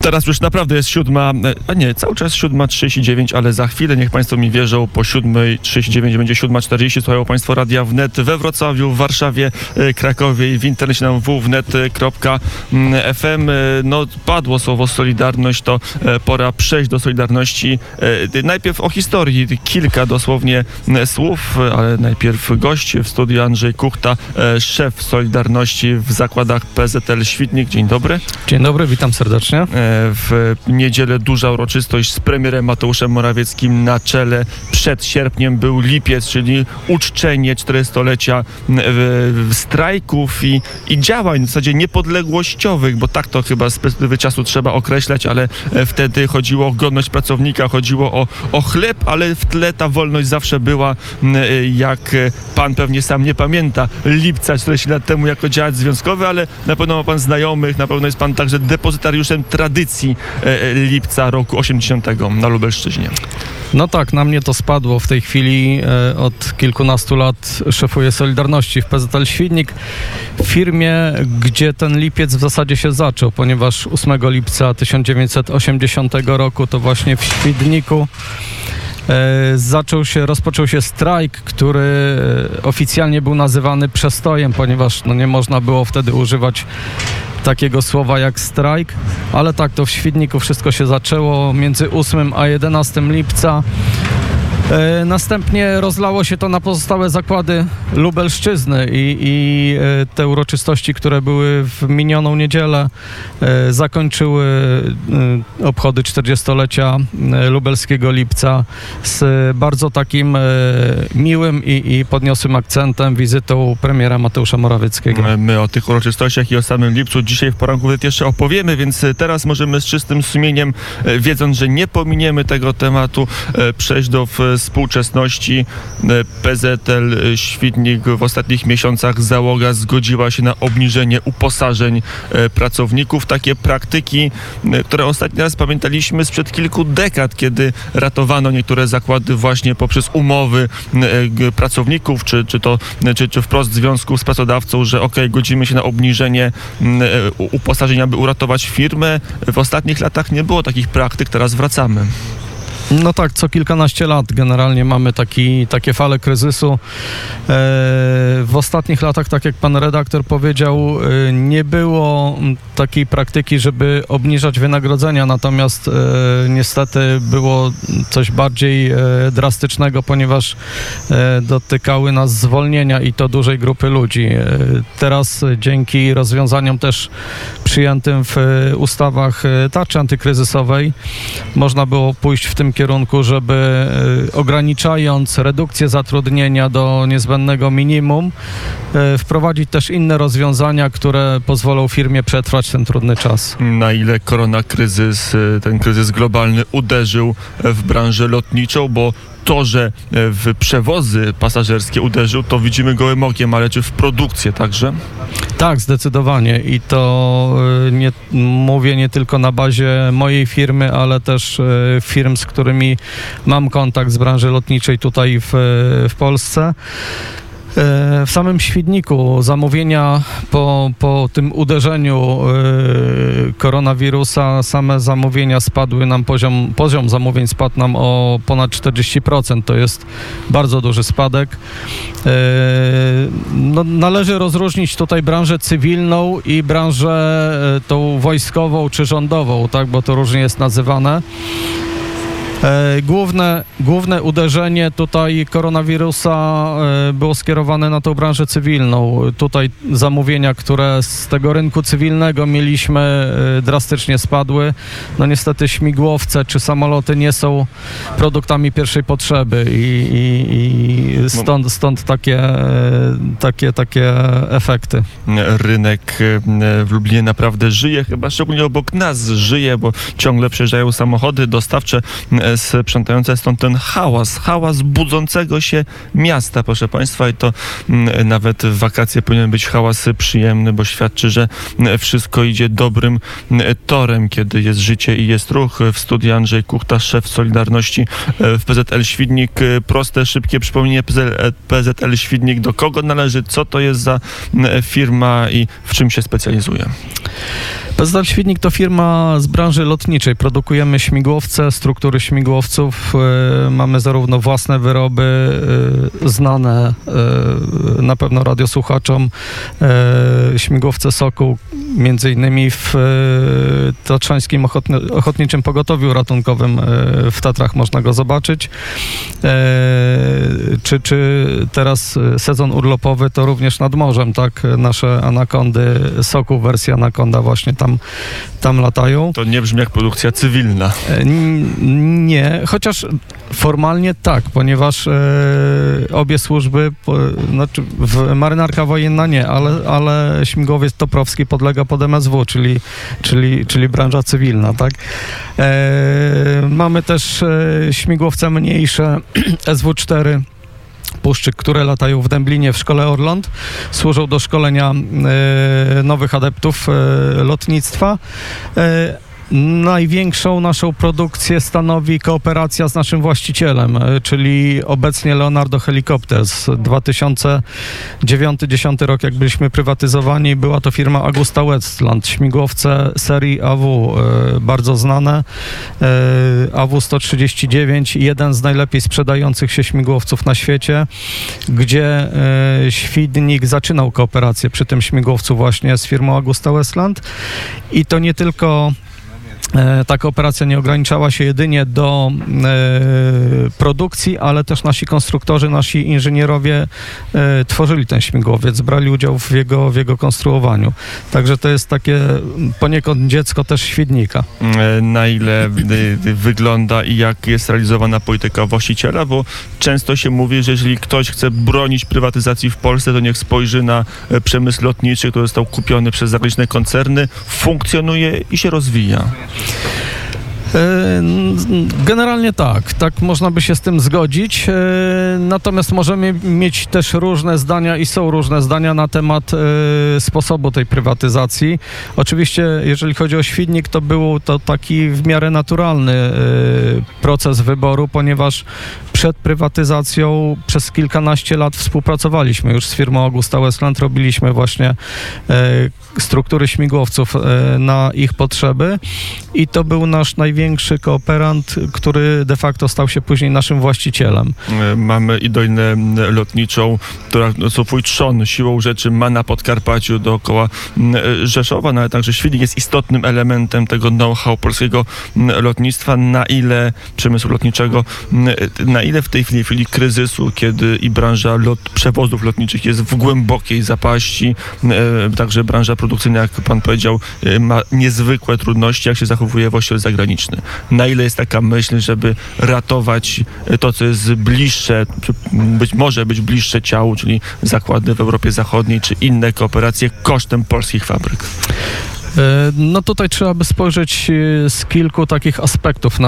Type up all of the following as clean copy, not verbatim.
Teraz już naprawdę jest 7, a nie, cały czas 7:39, ale za chwilę, niech Państwo mi wierzą, po 7:39 będzie 7:40. Słuchają Państwo Radia Wnet we Wrocławiu, w Warszawie, Krakowie i w internecie na www.wnet.fm. No, padło słowo Solidarność, to pora przejść do Solidarności. Najpierw o historii, kilka dosłownie słów, ale najpierw gość w studiu Andrzej Kuchta, szef Solidarności w zakładach PZL Świdnik. Dzień dobry. Dzień dobry, witam serdecznie. W niedzielę duża uroczystość z premierem Mateuszem Morawieckim na czele. Przed sierpniem był lipiec, czyli uczczenie 400-lecia strajków i działań w zasadzie niepodległościowych, bo tak to chyba z perspektywy czasu trzeba określać, ale wtedy chodziło o godność pracownika, chodziło o chleb, ale w tle ta wolność zawsze była, jak pan pewnie sam nie pamięta, lipca 40 lat temu jako działacz związkowy, ale na pewno ma pan znajomych, na pewno jest pan także depozytariuszem tradycji lipca roku 80 na Lubelszczyźnie. No tak, na mnie to spadło. W tej chwili od kilkunastu lat szefuję Solidarności w PZL Świdnik, w firmie, gdzie ten lipiec w zasadzie się zaczął, ponieważ 8 lipca 1980 roku to właśnie w Świdniku rozpoczął się strajk, który oficjalnie był nazywany przestojem, ponieważ nie można było wtedy używać takiego słowa jak strajk, ale tak, to w Świdniku wszystko się zaczęło między 8 a 11 lipca. Następnie rozlało się to na pozostałe zakłady Lubelszczyzny i te uroczystości, które były w minioną niedzielę, zakończyły obchody 40-lecia lubelskiego lipca z bardzo takim miłym i podniosłym akcentem, wizytą premiera Mateusza Morawieckiego. My o tych uroczystościach i o samym lipcu dzisiaj w poranku jeszcze opowiemy, więc teraz możemy z czystym sumieniem, wiedząc, że nie pominiemy tego tematu, przejść do współczesności. PZL Świdnik w ostatnich miesiącach załoga zgodziła się na obniżenie uposażeń pracowników. Takie praktyki, które ostatni raz pamiętaliśmy sprzed kilku dekad, kiedy ratowano niektóre zakłady właśnie poprzez umowy pracowników, czy wprost związków z pracodawcą, że godzimy się na obniżenie uposażeń, aby uratować firmę. W ostatnich latach nie było takich praktyk, teraz wracamy. No tak, co kilkanaście lat generalnie mamy takie fale kryzysu. W ostatnich latach, tak jak pan redaktor powiedział, nie było takiej praktyki, żeby obniżać wynagrodzenia, natomiast niestety było coś bardziej drastycznego, ponieważ dotykały nas zwolnienia i to dużej grupy ludzi. Teraz dzięki rozwiązaniom też przyjętym w ustawach tarczy antykryzysowej można było pójść w tym kierunku, żeby ograniczając redukcję zatrudnienia do niezbędnego minimum, wprowadzić też inne rozwiązania, które pozwolą firmie przetrwać ten trudny czas. Na ile ten kryzys globalny uderzył w branżę lotniczą, bo to, że w przewozy pasażerskie uderzył, to widzimy gołym okiem, ale czy w produkcję także? Tak, zdecydowanie i to mówię nie tylko na bazie mojej firmy, ale też firm, z którymi mam kontakt z branży lotniczej tutaj w Polsce. W samym Świdniku zamówienia po tym uderzeniu koronawirusa, same zamówienia spadły nam, poziom zamówień spadł nam o ponad 40%. To jest bardzo duży spadek. Należy rozróżnić tutaj branżę cywilną i branżę tą wojskową czy rządową, tak, bo to różnie jest nazywane. Główne uderzenie tutaj koronawirusa było skierowane na tą branżę cywilną. Tutaj zamówienia, które z tego rynku cywilnego mieliśmy, drastycznie spadły. No niestety śmigłowce czy samoloty nie są produktami pierwszej potrzeby i stąd takie efekty. Rynek w Lublinie naprawdę żyje, chyba szczególnie obok nas żyje, bo ciągle przyjeżdżają samochody dostawcze sprzątające, stąd ten hałas budzącego się miasta, proszę Państwa, i to nawet w wakacje powinien być hałas przyjemny, bo świadczy, że wszystko idzie dobrym torem, kiedy jest życie i jest ruch. W studiu Andrzej Kuchta, szef Solidarności w PZL Świdnik. Proste, szybkie przypomnienie PZL Świdnik, do kogo należy, co to jest za firma i w czym się specjalizuje? PZL Świdnik to firma z branży lotniczej. Produkujemy śmigłowce, struktury śmigłowców. Mamy zarówno własne wyroby, znane na pewno radiosłuchaczom, śmigłowce Sokół, między innymi w Tatrzańskim Ochotniczym Pogotowiu Ratunkowym w Tatrach można go zobaczyć. Czy teraz sezon urlopowy to również nad morzem, tak? Nasze anakondy Sokół, wersja anakonda właśnie tam latają. To nie brzmi jak produkcja cywilna. Nie, chociaż formalnie tak, ponieważ obie służby, znaczy marynarka wojenna nie, ale śmigłowiec Toprowski podlega pod MSW, czyli branża cywilna, tak? Mamy też śmigłowce mniejsze SW-4 Puszczyk, które latają w Dęblinie w szkole Orląt, służą do szkolenia nowych adeptów lotnictwa. Największą naszą produkcję stanowi kooperacja z naszym właścicielem, czyli obecnie Leonardo Helicopters. 2009-10 rok, jak byliśmy prywatyzowani, była to firma Augusta Westland, śmigłowce serii AW, bardzo znane. AW-139, jeden z najlepiej sprzedających się śmigłowców na świecie, gdzie Świdnik zaczynał kooperację przy tym śmigłowcu właśnie z firmą Augusta Westland i to nie tylko ta kooperacja nie ograniczała się jedynie do produkcji, ale też nasi konstruktorzy, nasi inżynierowie tworzyli ten śmigłowiec, brali udział w jego konstruowaniu. Także to jest takie poniekąd dziecko też Świdnika. Na ile wygląda i jak jest realizowana polityka właściciela, bo często się mówi, że jeżeli ktoś chce bronić prywatyzacji w Polsce, to niech spojrzy na przemysł lotniczy, który został kupiony przez zagraniczne koncerny, funkcjonuje i się rozwija. Generalnie tak można by się z tym zgodzić, natomiast możemy mieć też różne zdania i są różne zdania na temat sposobu tej prywatyzacji. Oczywiście, jeżeli chodzi o Świdnik, to był to taki w miarę naturalny proces wyboru, ponieważ przed prywatyzacją przez kilkanaście lat współpracowaliśmy już z firmą Augusta Westland, robiliśmy właśnie struktury śmigłowców na ich potrzeby i to był nasz największy kooperant, który de facto stał się później naszym właścicielem. Mamy i Dojnę Lotniczą, która swój trzon siłą rzeczy ma na Podkarpaciu dookoła Rzeszowa, no ale także Świdnik jest istotnym elementem tego know-how polskiego lotnictwa. Na ile przemysłu lotniczego, na ile w tej chwili kryzysu, kiedy i branża przewozów lotniczych jest w głębokiej zapaści, także branża produkcyjna, jak pan powiedział, ma niezwykłe trudności, jak się zachowuje właściciel zagraniczny. Na ile jest taka myśl, żeby ratować to, co jest bliższe, może być bliższe ciału, czyli zakłady w Europie Zachodniej, czy inne kooperacje kosztem polskich fabryk? No tutaj trzeba by spojrzeć z kilku takich aspektów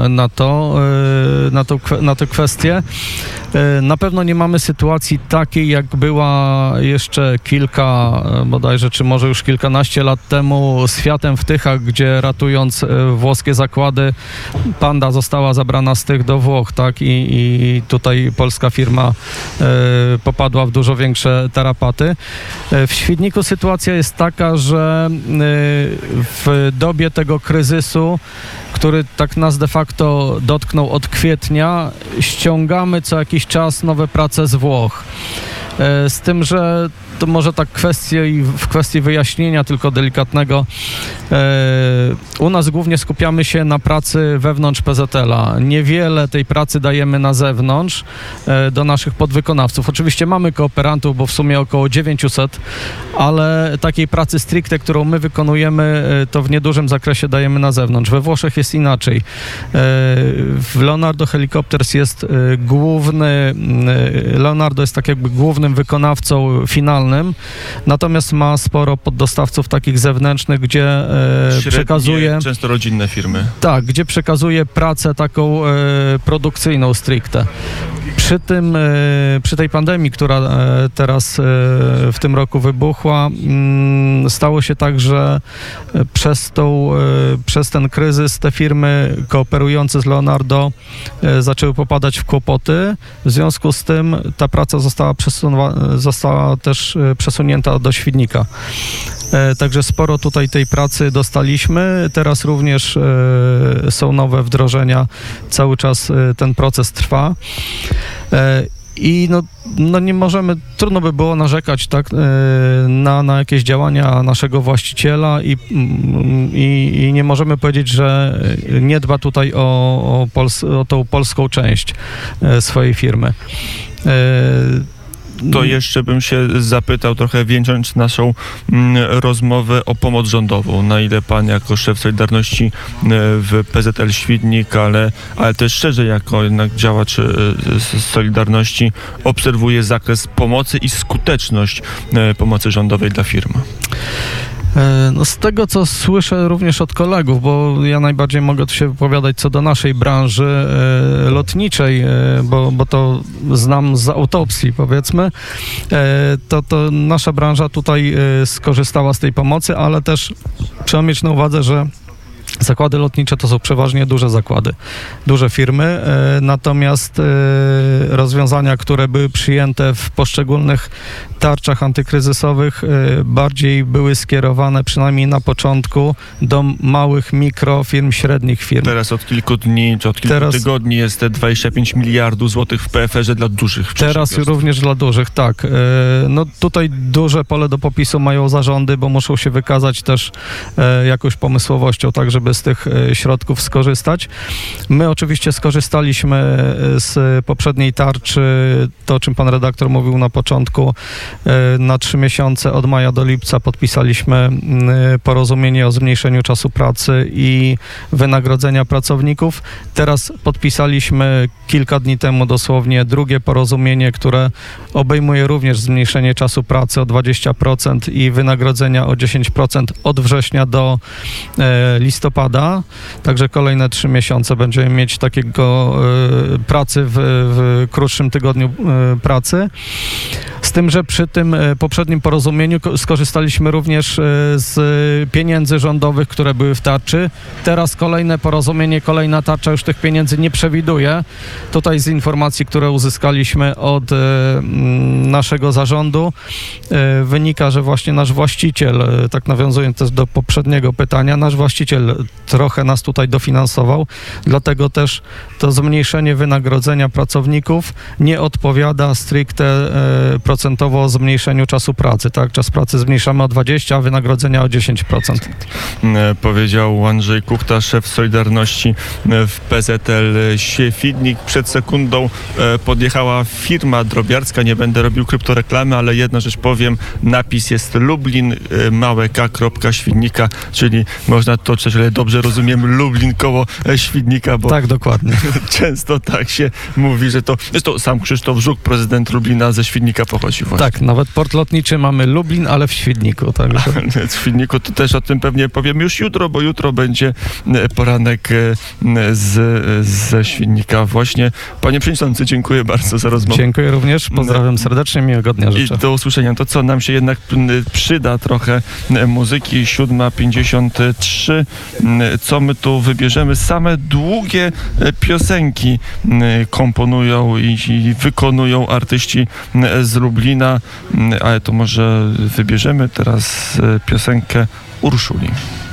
na tę kwestię. Na pewno nie mamy sytuacji takiej, jak była jeszcze bodajże, czy może już kilkanaście lat temu z Fiatem w Tychach, gdzie ratując włoskie zakłady, Panda została zabrana z tych do Włoch, tak? I tutaj polska firma popadła w dużo większe tarapaty. W Świdniku sytuacja jest taka, że w dobie tego kryzysu, który tak nas de facto dotknął od kwietnia, ściągamy co jakiś czas nowe prace z Włoch. Z tym, że to może tak w kwestii wyjaśnienia tylko delikatnego, u nas głównie skupiamy się na pracy wewnątrz PZL-a. Niewiele tej pracy dajemy na zewnątrz do naszych podwykonawców. Oczywiście mamy kooperantów, bo w sumie około 900, ale takiej pracy stricte, którą my wykonujemy, to w niedużym zakresie dajemy na zewnątrz. We Włoszech jest inaczej. W Leonardo Helicopters jest Leonardo jest tak jakby głównym wykonawcą finalnym lokalnym, natomiast ma sporo poddostawców takich zewnętrznych, gdzie przekazuje... często rodzinne firmy. Tak, gdzie przekazuje pracę taką produkcyjną stricte. Przy tej pandemii, która teraz w tym roku wybuchła, stało się tak, że przez ten kryzys te firmy kooperujące z Leonardo zaczęły popadać w kłopoty. W związku z tym ta praca została też przesunięta do Świdnika. Także sporo tutaj tej pracy dostaliśmy. Teraz również są nowe wdrożenia. Cały czas ten proces trwa. I no nie możemy, trudno by było narzekać tak, na jakieś działania naszego właściciela i nie możemy powiedzieć, że nie dba tutaj o tą polską część swojej firmy. To jeszcze bym się zapytał, trochę wieńcząc naszą rozmowę, o pomoc rządową. Na ile pan jako szef Solidarności w PZL Świdnik, ale też szerzej jako jednak działacz Solidarności obserwuje zakres pomocy i skuteczność pomocy rządowej dla firm? No z tego, co słyszę również od kolegów, bo ja najbardziej mogę tu się wypowiadać co do naszej branży lotniczej, bo to znam z autopsji, powiedzmy, to nasza branża tutaj skorzystała z tej pomocy, ale też trzeba mieć na uwadze, że zakłady lotnicze to są przeważnie duże zakłady, duże firmy, natomiast rozwiązania, które były przyjęte w poszczególnych tarczach antykryzysowych, bardziej były skierowane, przynajmniej na początku, do małych, mikrofirm, średnich firm. Teraz od kilku dni, czy od kilku tygodni jest te 25 miliardów złotych w PFR-ze dla dużych Teraz również dla dużych, tak. No tutaj duże pole do popisu mają zarządy, bo muszą się wykazać też jakąś pomysłowością, tak żeby z tych środków skorzystać. My oczywiście skorzystaliśmy z poprzedniej tarczy, to o czym pan redaktor mówił na początku, na 3 miesiące od maja do lipca podpisaliśmy porozumienie o zmniejszeniu czasu pracy i wynagrodzenia pracowników. Teraz podpisaliśmy kilka dni temu dosłownie drugie porozumienie, które obejmuje również zmniejszenie czasu pracy o 20% i wynagrodzenia o 10% od września do listopada. Także kolejne 3 miesiące będziemy mieć takiego pracy w krótszym tygodniu pracy. Z tym, że przy tym poprzednim porozumieniu skorzystaliśmy również z pieniędzy rządowych, które były w tarczy. Teraz kolejne porozumienie, kolejna tarcza już tych pieniędzy nie przewiduje. Tutaj z informacji, które uzyskaliśmy od naszego zarządu, wynika, że właśnie nasz właściciel, tak nawiązując też do poprzedniego pytania, nasz właściciel trochę nas tutaj dofinansował, dlatego też to zmniejszenie wynagrodzenia pracowników nie odpowiada stricte procentowo zmniejszeniu czasu pracy, tak? Czas pracy zmniejszamy o 20%, a wynagrodzenia o 10%. Powiedział Andrzej Kuchta, szef Solidarności w PZL Świdnik. Przed sekundą podjechała firma drobiarska, nie będę robił kryptoreklamy, ale jedna rzecz powiem, napis jest Lublin, małe k. Świdnika, czyli można to czytać, ale dobrze rozumiem, Lublin koło Świdnika, bo tak, dokładnie. Często tak się mówi, że to... Zresztą sam Krzysztof Żuk, prezydent Lublina, ze Świdnika pochodzi właśnie. Tak, nawet port lotniczy mamy Lublin, ale w Świdniku. Także. W Świdniku to też o tym pewnie powiem już jutro, bo jutro będzie poranek ze Świdnika właśnie. Panie przewodniczący, dziękuję bardzo za rozmowę. Dziękuję również, pozdrawiam serdecznie, miłego dnia życzę. I do usłyszenia. To co, nam się jednak przyda trochę muzyki. 7:53. Co my tu wybierzemy? Same długie piosenki komponują i wykonują artyści z Lublina, ale to może wybierzemy teraz piosenkę Urszuli.